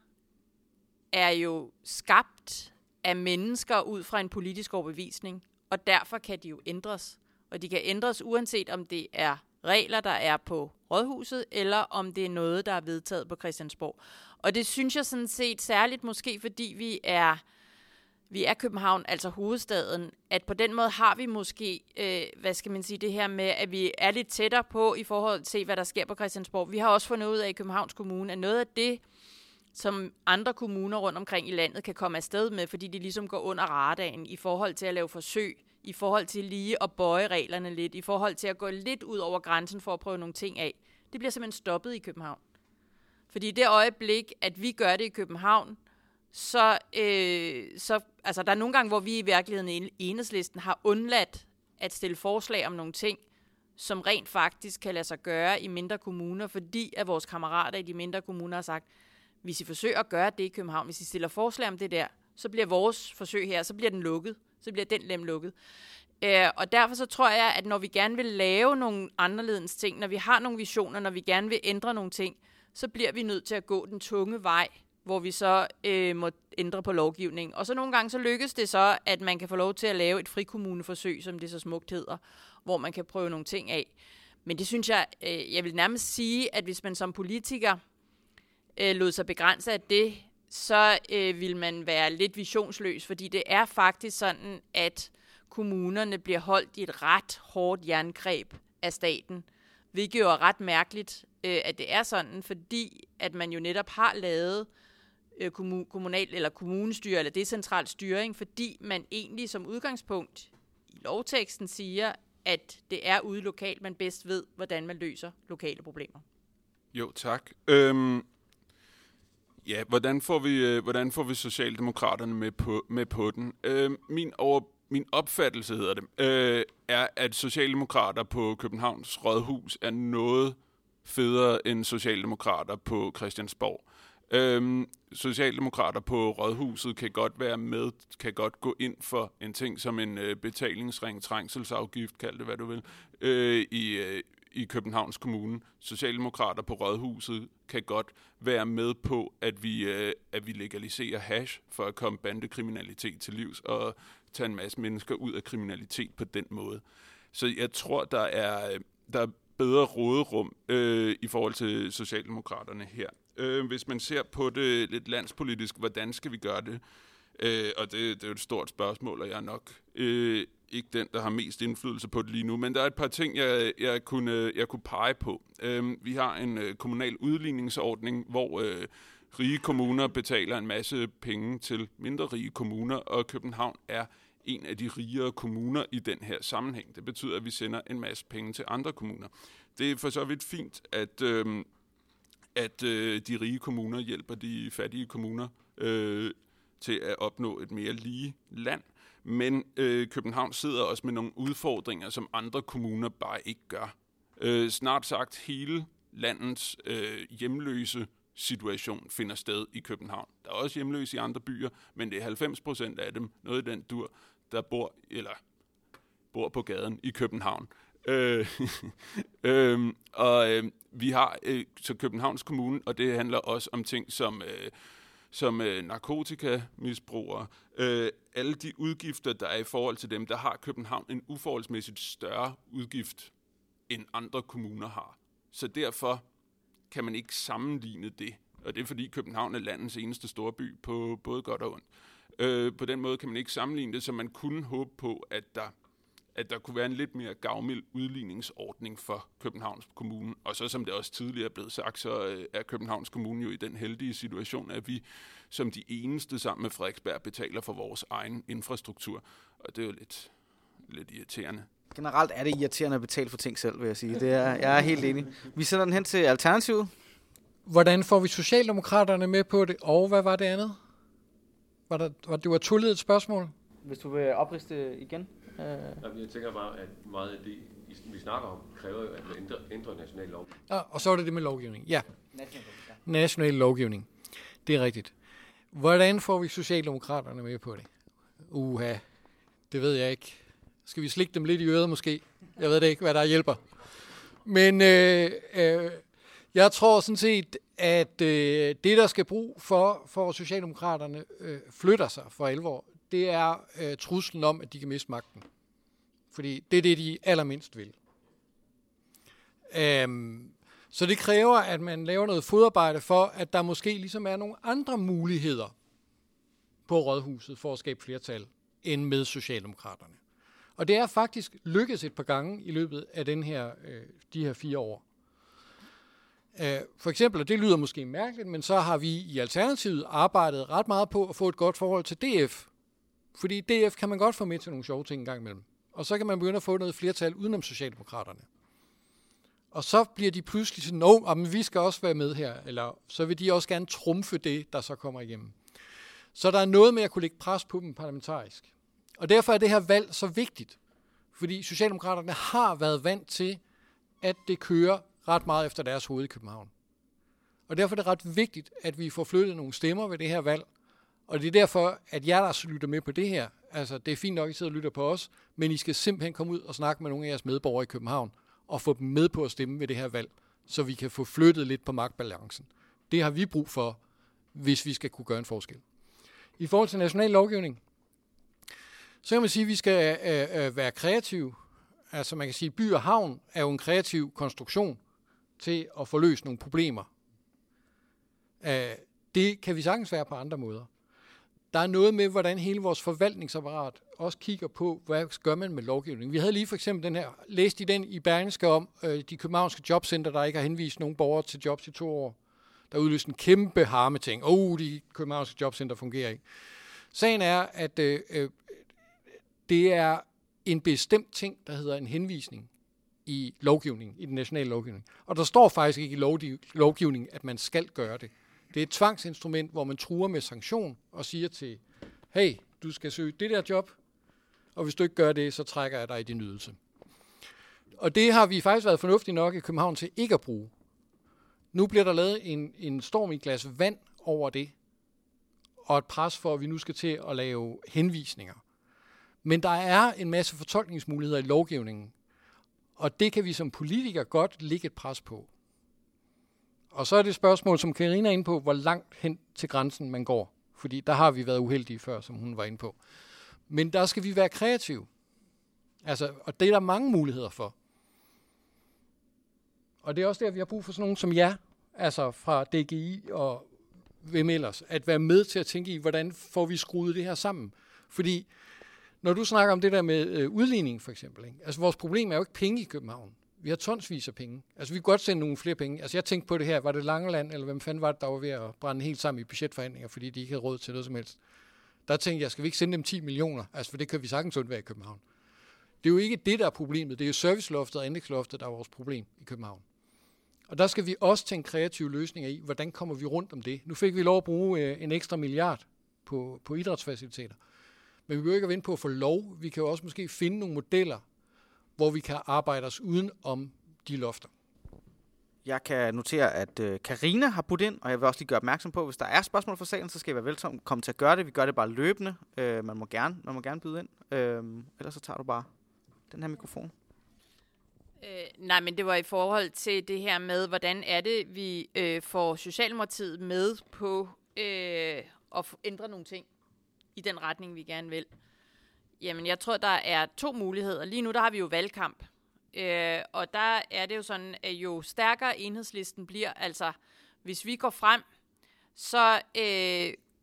er jo skabt af mennesker ud fra en politisk overbevisning, og derfor kan de jo ændres. Og de kan ændres uanset om det er regler, der er på Rådhuset, eller om det er noget, der er vedtaget på Christiansborg. Og det synes jeg sådan set særligt måske, fordi vi er, vi er København, altså hovedstaden, at på den måde har vi måske, øh, hvad skal man sige, det her med, at vi er lidt tættere på i forhold til, hvad der sker på Christiansborg. Vi har også fundet ud af i Københavns Kommune, at noget af det, som andre kommuner rundt omkring i landet kan komme afsted med, fordi de ligesom går under radaren i forhold til at lave forsøg, i forhold til lige at bøje reglerne lidt, i forhold til at gå lidt ud over grænsen for at prøve nogle ting af. Det bliver simpelthen stoppet i København. Fordi i det øjeblik, at vi gør det i København, så, øh, så altså der er nogle gange, hvor vi i virkeligheden i Enhedslisten har undladt at stille forslag om nogle ting, som rent faktisk kan lade sig gøre i mindre kommuner, fordi at vores kammerater i de mindre kommuner har sagt, hvis I forsøger at gøre det i København, hvis I stiller forslag om det der, så bliver vores forsøg her, så bliver den lukket. Så bliver den lem lukket. Øh, og derfor så tror jeg, at når vi gerne vil lave nogle anderledes ting, når vi har nogle visioner, når vi gerne vil ændre nogle ting, så bliver vi nødt til at gå den tunge vej, hvor vi så øh, må ændre på lovgivningen. Og så nogle gange så lykkes det så, at man kan få lov til at lave et frikommuneforsøg, som det så smukt hedder, hvor man kan prøve nogle ting af. Men det synes jeg, øh, jeg vil nærmest sige, at hvis man som politiker øh, lod sig begrænse af det, så øh, vil man være lidt visionsløs, fordi det er faktisk sådan, at kommunerne bliver holdt i et ret hårdt jerngreb af staten, hvilket jo er ret mærkeligt, øh, at det er sådan, fordi at man jo netop har lavet øh, kommunal eller kommunestyre eller decentral styring, fordi man egentlig som udgangspunkt i lovteksten siger, at det er ude lokalt, man bedst ved, hvordan man løser lokale problemer. Jo, tak. Øhm Ja, hvordan får vi øh, hvordan får vi Socialdemokraterne med på med på den? Øh, min over min opfattelse hedder det øh, er at socialdemokrater på Københavns Rådhus er noget federe end socialdemokrater på Christiansborg. Øh, socialdemokrater på Rådhuset kan godt være med, kan godt gå ind for en ting som en øh, betalingsring, trængselsafgift, kald det hvad du vil, øh, i øh, i Københavns Kommune. Socialdemokrater på Rådhuset kan godt være med på, at vi, øh, at vi legaliserer hash for at komme bandekriminalitet til livs og tage en masse mennesker ud af kriminalitet på den måde. Så jeg tror, der er, der er bedre råderum øh, i forhold til Socialdemokraterne her. Øh, hvis man ser på det lidt landspolitisk, hvordan skal vi gøre det? Øh, og det, det er jo et stort spørgsmål, og jeg er nok øh, ikke den, der har mest indflydelse på det lige nu. Men der er et par ting, jeg, jeg, kunne, jeg kunne pege på. Øh, vi har en øh, kommunal udligningsordning, hvor øh, rige kommuner betaler en masse penge til mindre rige kommuner, og København er en af de rigere kommuner i den her sammenhæng. Det betyder, at vi sender en masse penge til andre kommuner. Det er for så vidt fint, at, øh, at øh, de rige kommuner hjælper de fattige kommuner øh, til at opnå et mere lige land. Men øh, København sidder også med nogle udfordringer, som andre kommuner bare ikke gør. Øh, snart sagt hele landets øh, hjemløse situation finder sted i København. Der er også hjemløse i andre byer, men det er halvfems procent af dem, noget i den dur, der bor eller bor på gaden i København. Øh, øh, og øh, vi har øh, så Københavns Kommune, og det handler også om ting som øh, som øh, narkotikamisbrugere. Øh, alle de udgifter, der er i forhold til dem, der har København en uforholdsmæssigt større udgift, end andre kommuner har. Så derfor kan man ikke sammenligne det. Og det er fordi København er landets eneste store by på både godt og ondt. Øh, på den måde kan man ikke sammenligne det, så man kunne håbe på, at der at der kunne være en lidt mere gavmild udligningsordning for Københavns Kommune. Og så som det også tidligere er blevet sagt, så øh, er Københavns Kommune jo i den heldige situation, at vi som de eneste sammen med Frederiksberg betaler for vores egen infrastruktur. Og det er jo lidt, lidt irriterende. Generelt er det irriterende at betale for ting selv, vil jeg sige. Det er, jeg er helt enig. Vi sender den hen til Alternativet. Hvordan får vi Socialdemokraterne med på det? Og hvad var det andet? Var der, var det var et tullet spørgsmål? Hvis du vil opriste igen. Øh. Jeg tænker bare, at meget af det, vi snakker om, kræver jo, at man ændrer, ændrer national lovgivning. Ja, og så er det det med lovgivning. Ja. National, ja. National lovgivning. Det er rigtigt. Hvordan får vi Socialdemokraterne med på det? Uha, det ved jeg ikke. Skal vi slikke dem lidt i øret måske? Jeg ved det ikke, hvad der hjælper. Men øh, øh, jeg tror sådan set, at øh, det, der skal brug for, for Socialdemokraterne øh, flytter sig for alvor, det er øh, truslen om, at de kan miste magten. Fordi det er det, de allermindst vil. Øhm, så det kræver, at man laver noget fodarbejde for, at der måske ligesom er nogle andre muligheder på Rådhuset for at skabe flertal, end med Socialdemokraterne. Og det er faktisk lykkedes et par gange i løbet af den her, øh, de her fire år. Øh, for eksempel, og det lyder måske mærkeligt, men så har vi i Alternativet arbejdet ret meget på at få et godt forhold til D F. Fordi D F kan man godt få med til nogle sjove ting en gang imellem. Og så kan man begynde at få noget flertal udenom Socialdemokraterne. Og så bliver de pludselig sådan, nå, men vi skal også være med her, eller så vil de også gerne trumfe det, der så kommer igennem. Så der er noget med at kunne lægge pres på dem parlamentarisk. Og derfor er det her valg så vigtigt, fordi Socialdemokraterne har været vant til, at det kører ret meget efter deres hoved i København. Og derfor er det ret vigtigt, at vi får flyttet nogle stemmer ved det her valg. Og det er derfor, at jer, der lytter med på det her, altså det er fint nok, at I sidder og lytter på os, men I skal simpelthen komme ud og snakke med nogle af jeres medborgere i København, og få dem med på at stemme ved det her valg, så vi kan få flyttet lidt på magtbalancen. Det har vi brug for, hvis vi skal kunne gøre en forskel. I forhold til national lovgivning, så kan man sige, at vi skal øh, øh, være kreative. Altså man kan sige, at by og havn er jo en kreativ konstruktion til at få løst nogle problemer. Øh, det kan vi sagtens være på andre måder. Der er noget med, hvordan hele vores forvaltningsapparat også kigger på, hvad gør man med lovgivning. Vi havde lige for eksempel den her, læste I den i Berlingske om øh, de københavnske jobcenter, der ikke har henvist nogen borgere til jobs i to år. Der udløste en kæmpe harmeting. Åh, oh, de københavnske jobcenter fungerer ikke. Sagen er, at øh, øh, det er en bestemt ting, der hedder en henvisning i lovgivningen, i den nationale lovgivning. Og der står faktisk ikke i lovgivningen, at man skal gøre det. Det er et tvangsinstrument, hvor man truer med sanktion og siger til, hey, du skal søge det der job, og hvis du ikke gør det, så trækker jeg dig i din ydelse. Og det har vi faktisk været fornuftige nok i København til ikke at bruge. Nu bliver der lavet en, en storm i et glas vand over det, og et pres for, at vi nu skal til at lave henvisninger. Men der er en masse fortolkningsmuligheder i lovgivningen, og det kan vi som politikere godt lægge et pres på. Og så er det spørgsmål, som Karina er inde på, hvor langt hen til grænsen man går. Fordi der har vi været uheldige før, som hun var inde på. Men der skal vi være kreative. Altså, og det er der mange muligheder for. Og det er også der, vi har brug for sådan nogen som jer, altså fra D G I og hvem ellers, at være med til at tænke i, hvordan får vi skruet det her sammen. Fordi når du snakker om det der med øh, udligning for eksempel, ikke? Altså vores problem er jo ikke penge i København. Vi har tonsvis af penge. Altså, vi kan godt sende nogle flere penge. Altså, jeg tænkte på det her. Var det Langeland, eller hvem fanden var det, der var ved at brænde helt sammen i budgetforhandlinger, fordi de ikke havde råd til noget som helst? Der tænkte jeg, skal vi ikke sende dem ti millioner? Altså, for det kan vi sagtens undvære i København. Det er jo ikke det, der er problemet. Det er jo serviceloftet og indeksloftet, der er vores problem i København. Og der skal vi også tænke kreative løsninger i, hvordan kommer vi rundt om det. Nu fik vi lov at bruge øh, en ekstra milliard på, på idrætsfaciliteter. Men vi behøver ikke at vente på at få lov. Vi kan jo også måske finde nogle modeller, hvor vi kan arbejde os uden om de lofter. Jeg kan notere, at Karina øh, har budt ind, og jeg vil også lige gøre opmærksom på, at hvis der er spørgsmål fra salen, så skal I være velkommen til at gøre det. Vi gør det bare løbende. Øh, man, må gerne, man må gerne byde ind. Øh, ellers så tager du bare den her mikrofon. Øh, nej, men det var i forhold til det her med, hvordan er det, vi øh, får Socialdemokratiet med på øh, at ændre nogle ting i den retning, vi gerne vil. Jamen, jeg tror, der er to muligheder. Lige nu, der har vi jo valgkamp. Øh, og der er det jo sådan, at jo stærkere enhedslisten bliver, altså hvis vi går frem, så øh,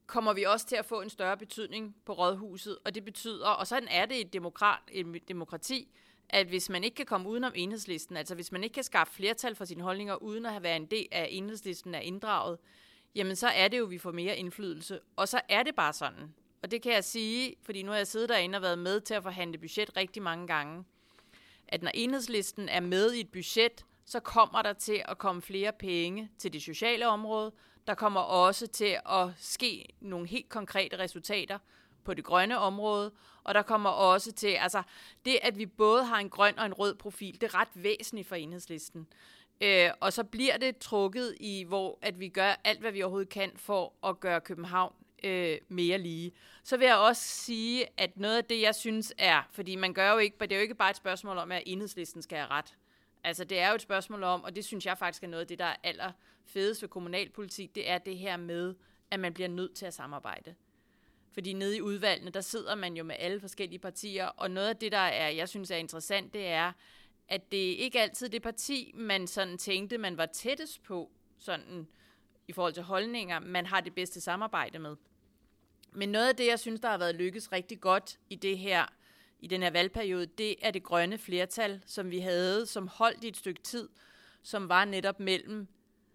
kommer vi også til at få en større betydning på rådhuset, og det betyder, og sådan er det i et, demokrat, et demokrati, at hvis man ikke kan komme udenom enhedslisten, altså hvis man ikke kan skaffe flertal for sine holdninger, uden at have været en del af enhedslisten er inddraget, jamen så er det jo, at vi får mere indflydelse. Og så er det bare sådan. Og det kan jeg sige, fordi nu har jeg siddet derinde og været med til at forhandle budget rigtig mange gange, at når enhedslisten er med i et budget, så kommer der til at komme flere penge til det sociale område. Der kommer også til at ske nogle helt konkrete resultater på det grønne område, og der kommer også til, altså det, at vi både har en grøn og en rød profil, det er ret væsentligt for enhedslisten. Øh, og så bliver det trukket i, hvor at vi gør alt, hvad vi overhovedet kan for at gøre København øh, mere lige. Så vil jeg også sige, at noget af det, jeg synes er, fordi man gør jo ikke, det er jo ikke bare et spørgsmål om, at enhedslisten skal have ret. Altså det er jo et spørgsmål om, og det synes jeg faktisk er noget af det, der er allerfedest ved kommunalpolitik, det er det her med, at man bliver nødt til at samarbejde. Fordi nede i udvalgene, der sidder man jo med alle forskellige partier, og noget af det, der er, jeg synes er interessant, det er, at det ikke altid det parti, man sådan tænkte, man var tættest på, sådan i forhold til holdninger, man har det bedste samarbejde med. Men noget af det, jeg synes, der har været lykkes rigtig godt i det her, i den her valgperiode, det er det grønne flertal, som vi havde, som holdt i et stykke tid, som var netop mellem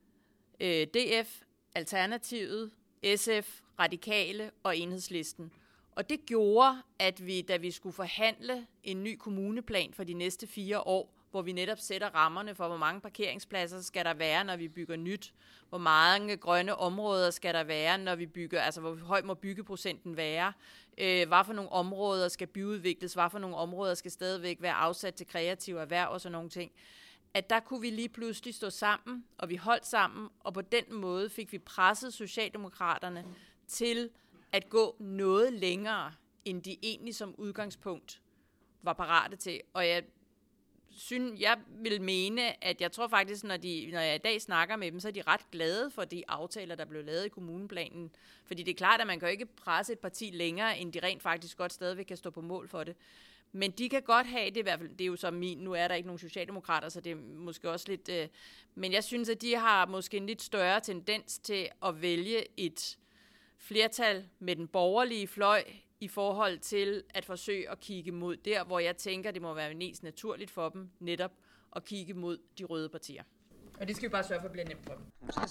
øh, D F, Alternativet, S F, Radikale og Enhedslisten. Og det gjorde, at vi, da vi skulle forhandle en ny kommuneplan for de næste fire år, hvor vi netop sætter rammerne for, hvor mange parkeringspladser skal der være, når vi bygger nyt, hvor mange grønne områder skal der være, når vi bygger, altså hvor høj må byggeprocenten være, øh, hvad for nogle områder skal byudvikles, hvad for nogle områder skal stadigvæk være afsat til kreative erhverv og sådan nogle ting. At der kunne vi lige pludselig stå sammen, og vi holdt sammen, og på den måde fik vi presset Socialdemokraterne til at gå noget længere, end de egentlig som udgangspunkt var parate til. Og jeg synes, jeg vil mene, at jeg tror faktisk, når, de, når jeg i dag snakker med dem, så er de ret glade for de aftaler, der blev lavet i kommuneplanen. Fordi det er klart, at man kan jo ikke presse et parti længere, end de rent faktisk godt stadigvæk kan stå på mål for det. Men de kan godt have det, i hvert fald, det er jo så min, nu er der ikke nogen socialdemokrater, så det er måske også lidt, øh, men jeg synes, at de har måske en lidt større tendens til at vælge et flertal med den borgerlige fløj, i forhold til at forsøge at kigge mod der, hvor jeg tænker, det må være mest naturligt for dem, netop at kigge mod de røde partier. Og det skal vi bare sørge for at blive nemt for dem.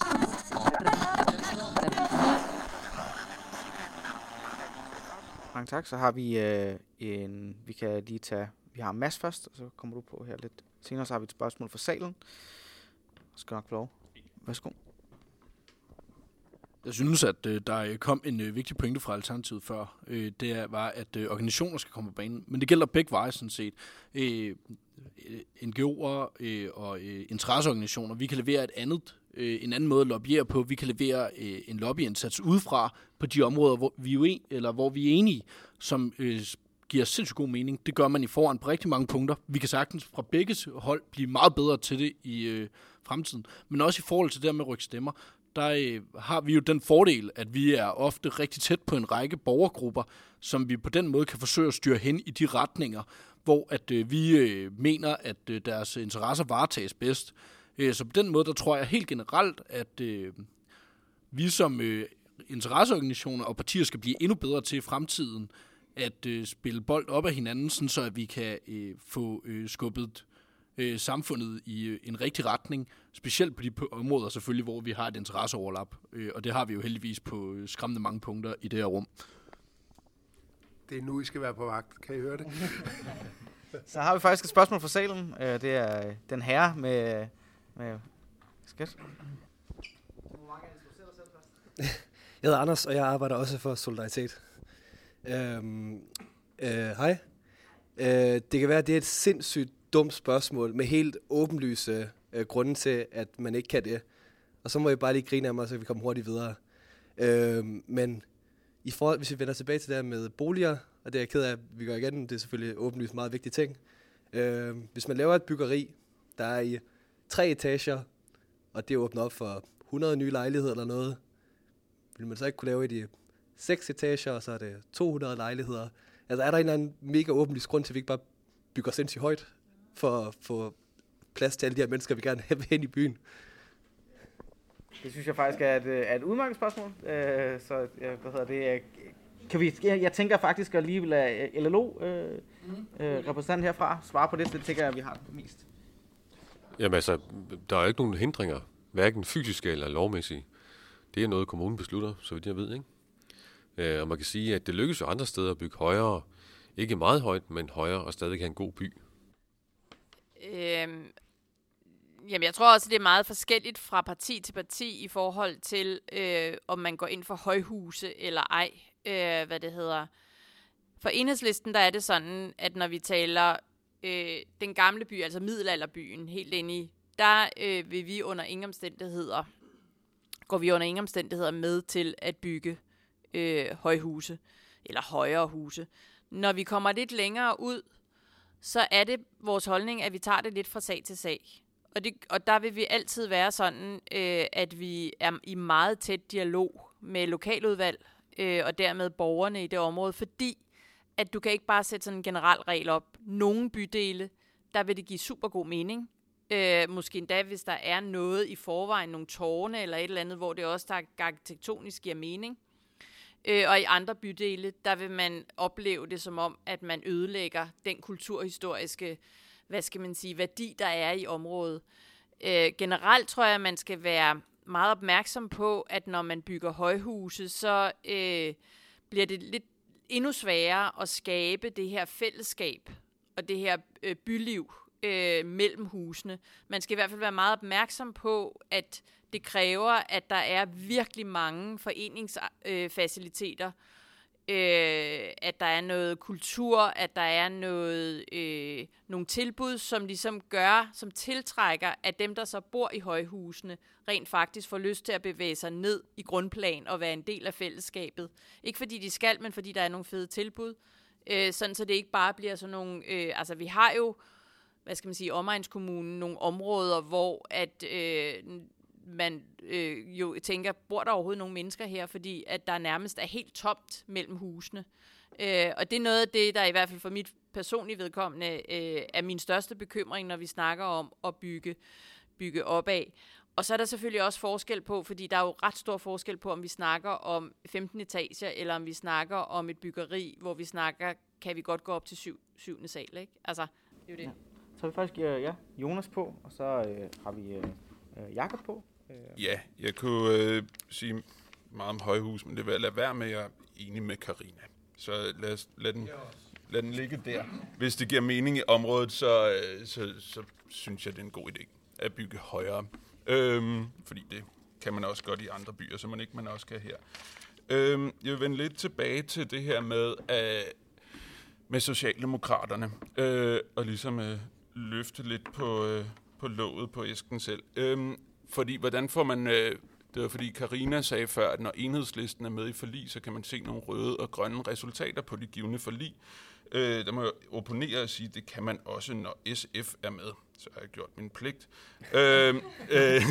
Mange tak. Så har vi øh, en, vi kan lige tage, vi har Mads først, og så kommer du på her lidt senere, så har vi et spørgsmål fra salen. Skal nok få lov. Værsgo. Jeg synes, at øh, der kom en øh, vigtig pointe fra Alternativet før. Øh, det var, at øh, organisationer skal komme på banen. Men det gælder begge veje, sådan set. Øh, N G O'er øh, og øh, interesseorganisationer, vi kan levere et andet, øh, en anden måde at lobbyere på. Vi kan levere øh, en lobbyindsats udefra på de områder, hvor vi er, uenige, eller hvor vi er enige, som øh, giver sindssygt god mening. Det gør man i foran på rigtig mange punkter. Vi kan sagtens fra begge hold blive meget bedre til det i øh, fremtiden. Men også i forhold til det der med rykke stemmer, der øh, har vi jo den fordel, at vi er ofte rigtig tæt på en række borgergrupper, som vi på den måde kan forsøge at styre hen i de retninger, hvor at øh, vi øh, mener, at øh, deres interesser varetages bedst. Øh, så på den måde, der tror jeg helt generelt, at øh, vi som øh, interesseorganisationer og partier skal blive endnu bedre til i fremtiden at øh, spille bold op af hinanden, sådan så at vi kan øh, få øh, skubbet øh, samfundet i øh, en rigtig retning, specielt på de områder selvfølgelig, hvor vi har et interesseoverlap, øh, og det har vi jo heldigvis på øh, skræmmende mange punkter i det her rum. Det er nu, I skal være på vagt. Kan I høre det? Så har vi faktisk et spørgsmål fra salen. Det er den herre med, med skat. Jeg hedder Anders, og jeg arbejder også for Solidaritet. Øhm, øh, hej. Øh, det kan være, at det er et sindssygt dumt spørgsmål med helt åbenlyse øh, grunde til, at man ikke kan det. Og så må jeg bare lige grine af mig, så vi kommer hurtigt videre. Øh, men i forhold, hvis vi vender tilbage til det her med boliger, og det er jeg ked af, at vi gør igen, det er selvfølgelig åbenlyst meget vigtige ting. Øh, hvis man laver et byggeri, der er i tre etager, og det åbner op for hundrede nye lejligheder eller noget, vil man så ikke kunne lave et i seks etager, og så er det to hundrede lejligheder. Altså er der en eller anden mega åbenlyst grund til, at vi ikke bare bygger sindssygt højt, for at få plads til alle de her mennesker, vi gerne vil hen i byen? Det synes jeg faktisk er et, er et udmærket spørgsmål. Øh, så hvad hedder det? Kan vi, jeg, jeg tænker faktisk at lige lade L L O øh, øh, repræsentant herfra svare på det, så det tænker jeg, at vi har det mest. Jamen altså, der er jo ikke nogen hindringer, hverken fysiske eller lovmæssige. Det er noget, kommunen beslutter, så vidt jeg ved, ikke? Øh, og man kan sige, at det lykkes jo andre steder at bygge højere. Ikke meget højt, men højere og stadig have en god by. Øhm, jamen, jeg tror også, det er meget forskelligt fra parti til parti i forhold til, øh, om man går ind for højhuse eller ej. Øh, hvad det hedder. For Enhedslisten, der er det sådan, at når vi taler øh, den gamle by, altså middelalderbyen, helt inde i, der øh, vil vi under ingen omstændigheder, går vi under ingen omstændigheder med til at bygge øh, højhuse, eller højere huse. Når vi kommer lidt længere ud, så er det vores holdning, at vi tager det lidt fra sag til sag. Og, det, og der vil vi altid være sådan, øh, at vi er i meget tæt dialog med lokaludvalg, øh, og dermed borgerne i det område, fordi at du kan ikke bare sætte sådan en generel regel op. Nogle bydele, der vil det give super god mening. Øh, måske endda, hvis der er noget i forvejen, nogle tårne eller et eller andet, hvor det også der arkitektonisk giver mening. Øh, og i andre bydele, der vil man opleve det som om, at man ødelægger den kulturhistoriske, hvad skal man sige, værdi, der er i området. Øh, generelt tror jeg, at man skal være meget opmærksom på, at når man bygger højhuse, så øh, bliver det lidt endnu sværere at skabe det her fællesskab og det her øh, byliv øh, mellem husene. Man skal i hvert fald være meget opmærksom på, at det kræver, at der er virkelig mange foreningsfaciliteter, øh, at der er noget kultur, at der er noget, øh, nogle tilbud, som ligesom gør, som tiltrækker, at dem, der så bor i højhusene, rent faktisk får lyst til at bevæge sig ned i grundplan og være en del af fællesskabet. Ikke fordi de skal, men fordi der er nogle fede tilbud, øh, sådan så det ikke bare bliver sådan nogle, øh, altså vi har jo, hvad skal man sige, omegnskommunen, nogle områder, hvor at øh, man øh, jo tænker, bor der overhovedet nogle mennesker her, fordi at der nærmest er helt tomt mellem husene. Øh, og det er noget af det, der i hvert fald for mit personlige vedkommende øh, er min største bekymring, når vi snakker om at bygge, bygge opad. Og så er der selvfølgelig også forskel på, fordi der er jo ret stor forskel på, om vi snakker om femten etager, eller om vi snakker om et byggeri, hvor vi snakker, kan vi godt gå op til syv, syvende sal, ikke? Altså, det er jo det. Ja. Så har vi faktisk øh, ja, Jonas på, og så øh, har vi øh, Jakob på. Øh. Ja, jeg kunne øh, sige meget om højhus, men det vil jeg lade være med, jeg er enig med Karina. Så lad, os, lad, den, lad den ligge der. Hvis det giver mening i området, så, øh, så, så synes jeg, det er en god idé at bygge højere. Øhm, fordi det kan man også godt i andre byer, så man ikke man også kan her. Øhm, jeg vil vende lidt tilbage til det her med, øh, med Socialdemokraterne, øh, og ligesom øh, løfte lidt på, øh, på låget på æsken selv. Øhm, fordi, hvordan får man... Øh, det var fordi Karina sagde før, at når Enhedslisten er med i forlig, så kan man se nogle røde og grønne resultater på de givne forlig. Øh, der må jeg opponere og sige, at det kan man også, når S F er med. Så har jeg gjort min pligt. øh, øh,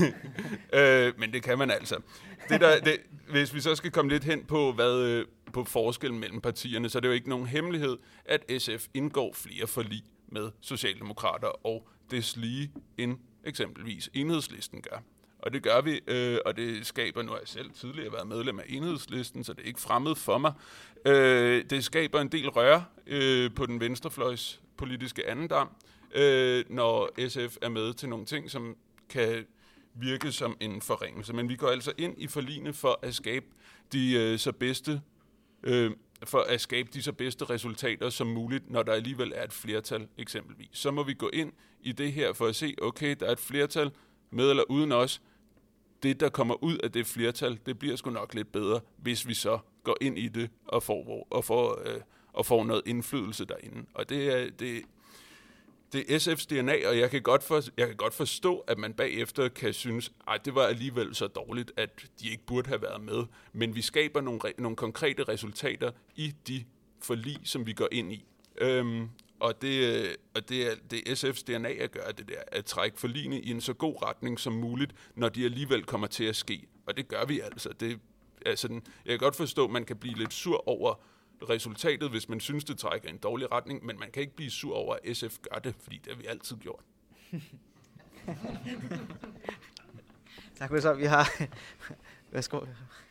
øh, men det kan man altså. Det der, det, hvis vi så skal komme lidt hen på, hvad, øh, på forskellen mellem partierne, så er det jo ikke nogen hemmelighed, at S F indgår flere forlig med Socialdemokrater og deslige end eksempelvis Enhedslisten gør. Og det gør vi, øh, og det skaber, nu har jeg selv tidligere været medlem af Enhedslisten, så det er ikke fremmed for mig. Øh, det skaber en del røre øh, på den venstrefløjs politiske andendam, øh, når S F er med til nogle ting, som kan virke som en forringelse. Men vi går altså ind i forligene for at skabe de øh, så bedste øh, for at skabe de så bedste resultater som muligt, når der alligevel er et flertal eksempelvis. Så må vi gå ind i det her for at se, okay, der er et flertal med eller uden os. Det, der kommer ud af det flertal, det bliver sgu nok lidt bedre, hvis vi så går ind i det og får, og får, øh, og får noget indflydelse derinde. Og det er, det, det er S F's D N A, og jeg kan, godt for, jeg kan godt forstå, at man bagefter kan synes, at det var alligevel så dårligt, at de ikke burde have været med. Men vi skaber nogle, nogle konkrete resultater i de forlig, som vi går ind i. Øhm, Og det, og det, er, det er S F's D N A at gøre det der, at trække forligene i en så god retning som muligt, når de alligevel kommer til at ske. Og det gør vi altså. Det er sådan, jeg kan godt forstå, at man kan blive lidt sur over resultatet, hvis man synes, det trækker i en dårlig retning, men man kan ikke blive sur over, at S F gør det, fordi det har vi altid gjort. Tak for det så. Vi har... Værsgo.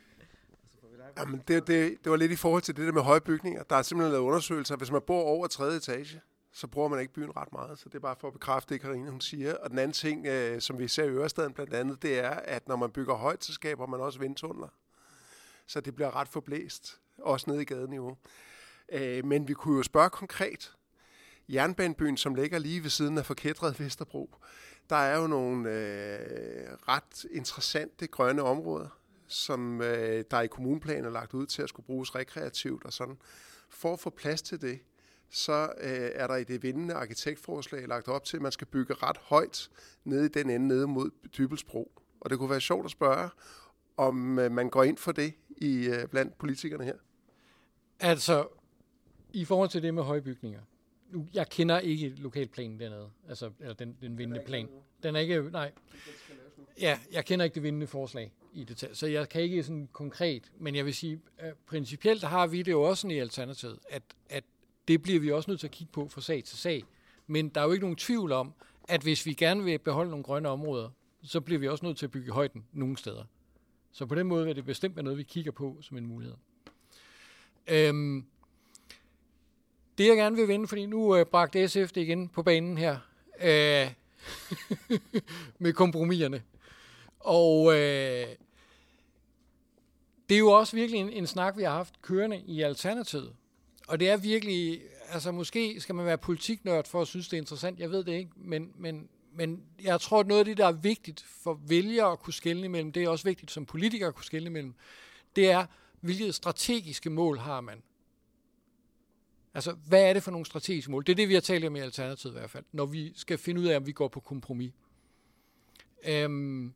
Jamen, det, det, det var lidt i forhold til det der med høje bygninger. Der er simpelthen lavet undersøgelser. Hvis man bor over tredje etage, så bruger man ikke byen ret meget. Så det er bare for at bekræfte det, Karina hun siger. Og den anden ting, øh, som vi ser i Ørestaden blandt andet, det er, at når man bygger højt, så skaber man også vindtunneler. Så det bliver ret forblæst, også nede i gadeniveau. Øh, men vi kunne jo spørge konkret. Jernbanebyen, som ligger lige ved siden af Forkætret Vesterbro, der er jo nogle øh, ret interessante grønne områder, som øh, der i kommuneplanen er lagt ud til at skulle bruges rekreativt og sådan. For at få plads til det, så øh, er der i det vindende arkitektforslag lagt op til, at man skal bygge ret højt nede i den ende, nede mod Dybelsbro. Og det kunne være sjovt at spørge, om øh, man går ind for det i øh, blandt politikerne her. Altså, i forhold til det med høje bygninger. Nu, jeg kender ikke lokalplanen dernede, altså eller den, den vindende plan. Den er ikke, nej. Ja, jeg kender ikke det vindende forslag i detalj, så jeg kan ikke sådan konkret, men jeg vil sige, at principielt har vi det jo også sådan i Alternativet, at, at det bliver vi også nødt til at kigge på fra sag til sag. Men der er jo ikke nogen tvivl om, at hvis vi gerne vil beholde nogle grønne områder, så bliver vi også nødt til at bygge højden nogle steder. Så på den måde er det bestemt noget, vi kigger på som en mulighed. Øhm, det jeg gerne vil vende, fordi nu øh, bragte S F det igen på banen her, øh, med kompromiserne. Og øh, det er jo også virkelig en, en snak, vi har haft kørende i Alternativet. Og det er virkelig, altså måske skal man være politiknørd for at synes, det er interessant, jeg ved det ikke, men, men, men jeg tror, at noget af det, der er vigtigt for vælgere at kunne skelne imellem, det er også vigtigt som politikere at kunne skelne imellem, det er, hvilke strategiske mål har man? Altså, hvad er det for nogle strategiske mål? Det er det, vi har talt om i Alternativet i hvert fald, når vi skal finde ud af, om vi går på kompromis. Øhm,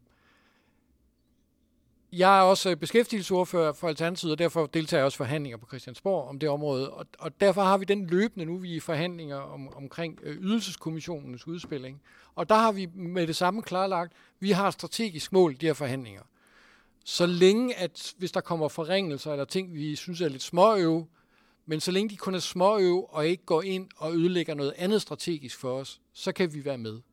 Jeg er også beskæftigelsesordfører for Alternativet, og derfor deltager jeg også forhandlinger på Christiansborg om det område. Og, og derfor har vi den løbende nu, vi er i forhandlinger om, omkring ydelseskommissionens udspil. Ikke? Og der har vi med det samme klarlagt, vi har et strategisk mål i de her forhandlinger. Så længe, at hvis der kommer forringelser eller ting, vi synes er lidt småøve, men så længe de kun er småøve og ikke går ind og ødelægger noget andet strategisk for os, så kan vi være med.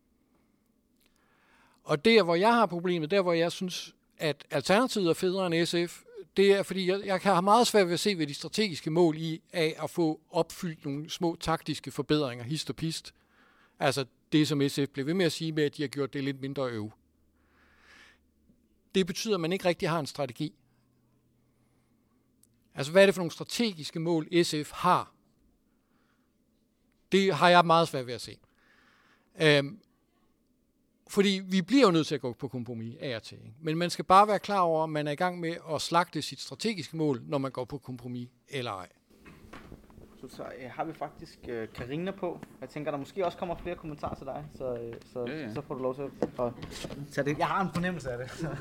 Og der, hvor jeg har problemet, der hvor jeg synes, at Alternativet er federe end S F, det er, fordi jeg, jeg kan have meget svært ved at se, hvad de strategiske mål i af at få opfyldt nogle små taktiske forbedringer, hist og pist. Altså det, som S F blev ved med at sige med, at de har gjort det lidt mindre øve. Det betyder, at man ikke rigtig har en strategi. Altså, hvad er det for nogle strategiske mål, S F har? Det har jeg meget svært ved at se. Øhm, Fordi vi bliver jo nødt til at gå på kompromis af og til. Ikke? Men man skal bare være klar over, at man er i gang med at slagte sit strategiske mål, når man går på kompromis eller ej. Så, så øh, har vi faktisk øh, Karina på. Jeg tænker, der måske også kommer flere kommentarer til dig, så, øh, så, ja, ja. så får du lov til at tage det. Jeg har en fornemmelse af det. Så.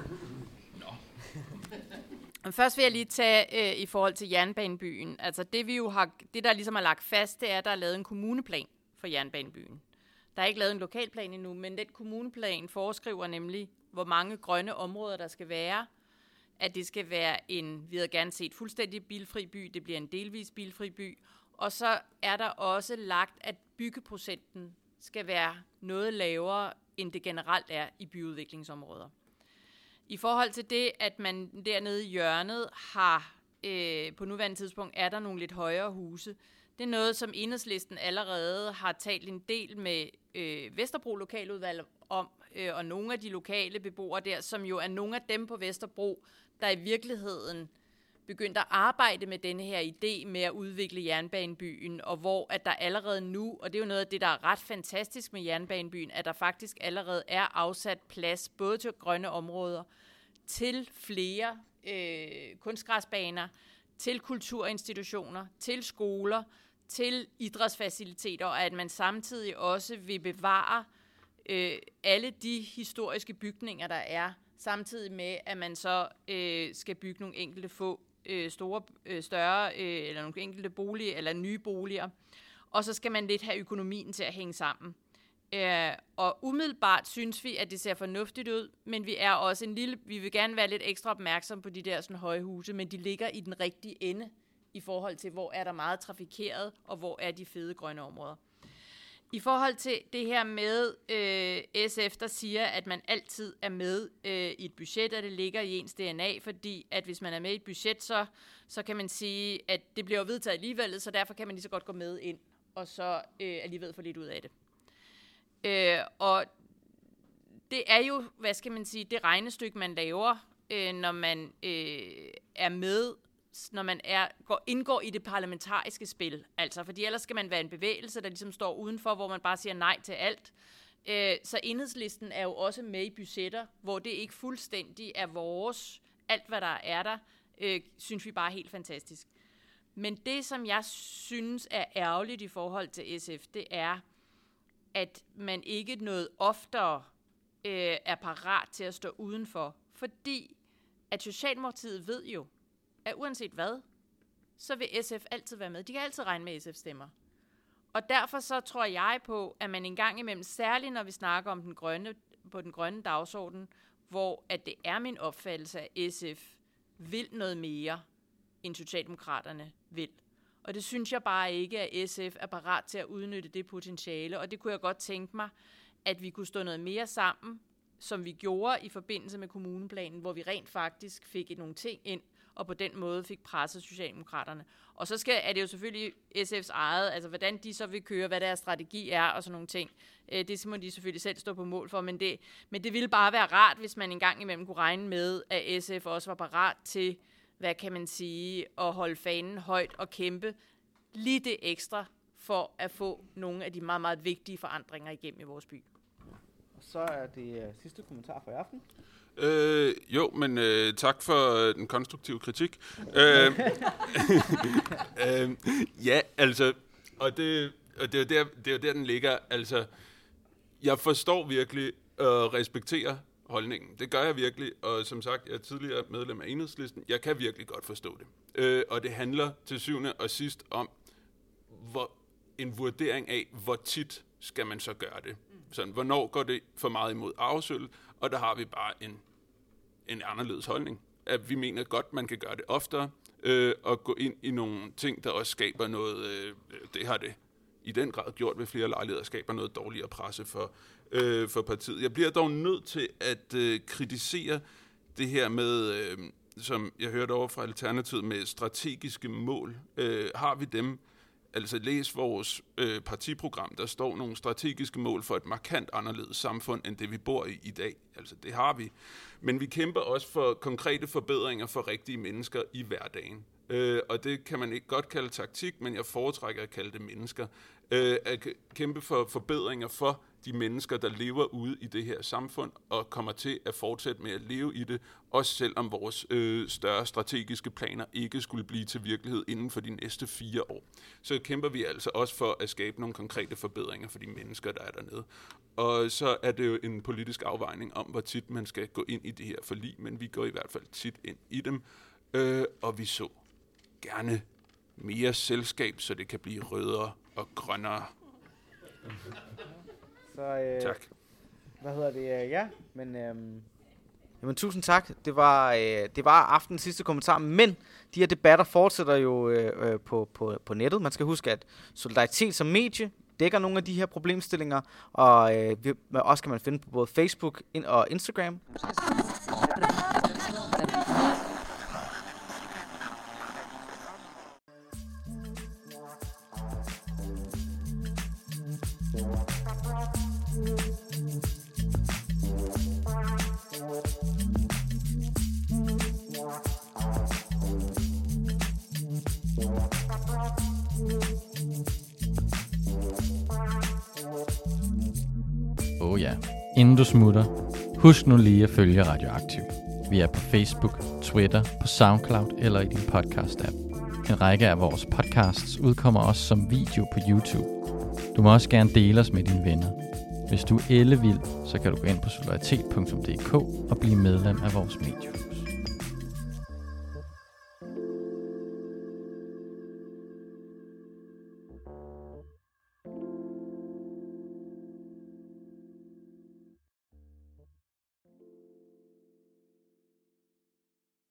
Først vil jeg lige tage øh, i forhold til jernbanebyen. Altså det, vi jo har, det, der ligesom er lagt fast, det er, at der er lavet en kommuneplan for jernbanebyen. Der er ikke lavet en lokalplan endnu, men den kommuneplan foreskriver nemlig, hvor mange grønne områder der skal være. At det skal være en, vi havde gerne set, fuldstændig bilfri by, det bliver en delvis bilfri by. Og så er der også lagt, at byggeprocenten skal være noget lavere, end det generelt er i byudviklingsområder. I forhold til det, at man dernede i hjørnet har, øh, på nuværende tidspunkt, er der nogle lidt højere huse. Det er noget, som Enhedslisten allerede har talt en del med øh, Vesterbro Lokaludvalg om, øh, og nogle af de lokale beboere der, som jo er nogle af dem på Vesterbro, der i virkeligheden begyndte at arbejde med denne her idé med at udvikle jernbanebyen, og hvor at der allerede nu, og det er jo noget af det, der er ret fantastisk med jernbanebyen, at der faktisk allerede er afsat plads både til grønne områder, til flere øh, kunstgræsbaner, til kulturinstitutioner, til skoler, til idrætsfaciliteter, og at man samtidig også vil bevare øh, alle de historiske bygninger, der er, samtidig med, at man så øh, skal bygge nogle enkelte få øh, store, øh, større, øh, eller nogle enkelte boliger, eller nye boliger. Og så skal man lidt have økonomien til at hænge sammen. Øh, og umiddelbart synes vi, at det ser fornuftigt ud, men vi er også en lille, vi vil gerne være lidt ekstra opmærksom på de der sådan høje huse, men de ligger i den rigtige ende i forhold til, hvor er der meget trafikeret, og hvor er de fede grønne områder. I forhold til det her med øh, S F, der siger, at man altid er med øh, i et budget, og det ligger i ens D N A, fordi at hvis man er med i et budget, så, så kan man sige, at det bliver jo vedtaget alligevel, så derfor kan man lige så godt gå med ind, og så øh, alligevel få lidt ud af det. Øh, og det er jo, hvad skal man sige, det regnestykke, man laver, øh, når man øh, er med, når man er, går, indgår i det parlamentariske spil. Altså, fordi ellers skal man være en bevægelse, der ligesom står udenfor, hvor man bare siger nej til alt. Øh, så Enhedslisten er jo også med i budgetter, hvor det ikke fuldstændig er vores, alt hvad der er der, øh, synes vi bare er helt fantastisk. Men det, som jeg synes er ærgerligt i forhold til S F, det er, at man ikke noget oftere øh, er parat til at stå udenfor. Fordi at Socialdemokratiet ved jo, at uanset hvad, så vil S F altid være med. De kan altid regne med S F-stemmer. Og derfor så tror jeg på, at man en gang imellem, særligt når vi snakker om den grønne, på den grønne dagsorden, hvor at det er min opfattelse, at S F vil noget mere, end Socialdemokraterne vil. Og det synes jeg bare ikke, at S F er parat til at udnytte det potentiale. Og det kunne jeg godt tænke mig, at vi kunne stå noget mere sammen, som vi gjorde i forbindelse med kommuneplanen, hvor vi rent faktisk fik nogle ting ind, og på den måde fik presset Socialdemokraterne. Og så skal, er det jo selvfølgelig S F's eget, altså hvordan de så vil køre, hvad deres strategi er og sådan nogle ting. Det må de selvfølgelig selv stå på mål for, men det, men det ville bare være rart, hvis man en gang imellem kunne regne med, at S F også var parat til, hvad kan man sige, at holde fanen højt og kæmpe lige det ekstra for at få nogle af de meget, meget vigtige forandringer igennem i vores by. Så er det uh, sidste kommentar for i aften. Øh, jo, men øh, tak for øh, den konstruktive kritik. øh, øh, ja, altså, og det, og det, er jo der, det er jo der, den ligger. Altså, jeg forstår virkelig og respekterer holdningen. Det gør jeg virkelig, og som sagt, jeg er tidligere medlem af Enhedslisten. Jeg kan virkelig godt forstå det. Øh, og det handler til syvende og sidst om hvor, en vurdering af, hvor tit skal man så gøre det. Sådan, hvornår går det for meget imod arvesølv, og der har vi bare en, en anderledes holdning. At vi mener godt, man kan gøre det oftere, øh, og gå ind i nogle ting, der også skaber noget, øh, det har det i den grad gjort ved flere lejligheder, skaber noget dårligere presse for, øh, for partiet. Jeg bliver dog nødt til at øh, kritisere det her med, øh, som jeg hørte over fra Alternativet, med strategiske mål. Øh, har vi dem? Altså læs vores øh, partiprogram, der står nogle strategiske mål for et markant anderledes samfund, end det vi bor i i dag. Altså det har vi. Men vi kæmper også for konkrete forbedringer for rigtige mennesker i hverdagen. Øh, og det kan man ikke godt kalde taktik, men jeg foretrækker at kalde det mennesker. Øh, at kæmpe for forbedringer for de mennesker, der lever ude i det her samfund, og kommer til at fortsætte med at leve i det, også selvom vores øh, større strategiske planer ikke skulle blive til virkelighed inden for de næste fire år. Så kæmper vi altså også for at skabe nogle konkrete forbedringer for de mennesker, der er dernede. Og så er det jo en politisk afvejning om, hvor tit man skal gå ind i det her forlig, men vi går i hvert fald tit ind i dem, øh, og vi så gerne mere selskab, så det kan blive rødere og grønnere. Så, øh, tak. Hvad hedder det? Ja, men, øh, jamen, tusind tak. Det var, øh, det var aftens sidste kommentar, men de her debatter fortsætter jo øh, på, på, på nettet. Man skal huske, at Solidaritet som medie dækker nogle af de her problemstillinger, og øh, vi, også kan man finde på både Facebook og Instagram. Åh oh ja, inden du smutter, husk nu lige at følge Radioaktiv. Vi er på Facebook, Twitter, på SoundCloud eller i din podcast-app. En række af vores podcasts udkommer også som video på YouTube. Du må også gerne dele os med dine venner. Hvis du er ellevild, så kan du gå ind på solidaritet punktum d k og blive medlem af vores mediehus.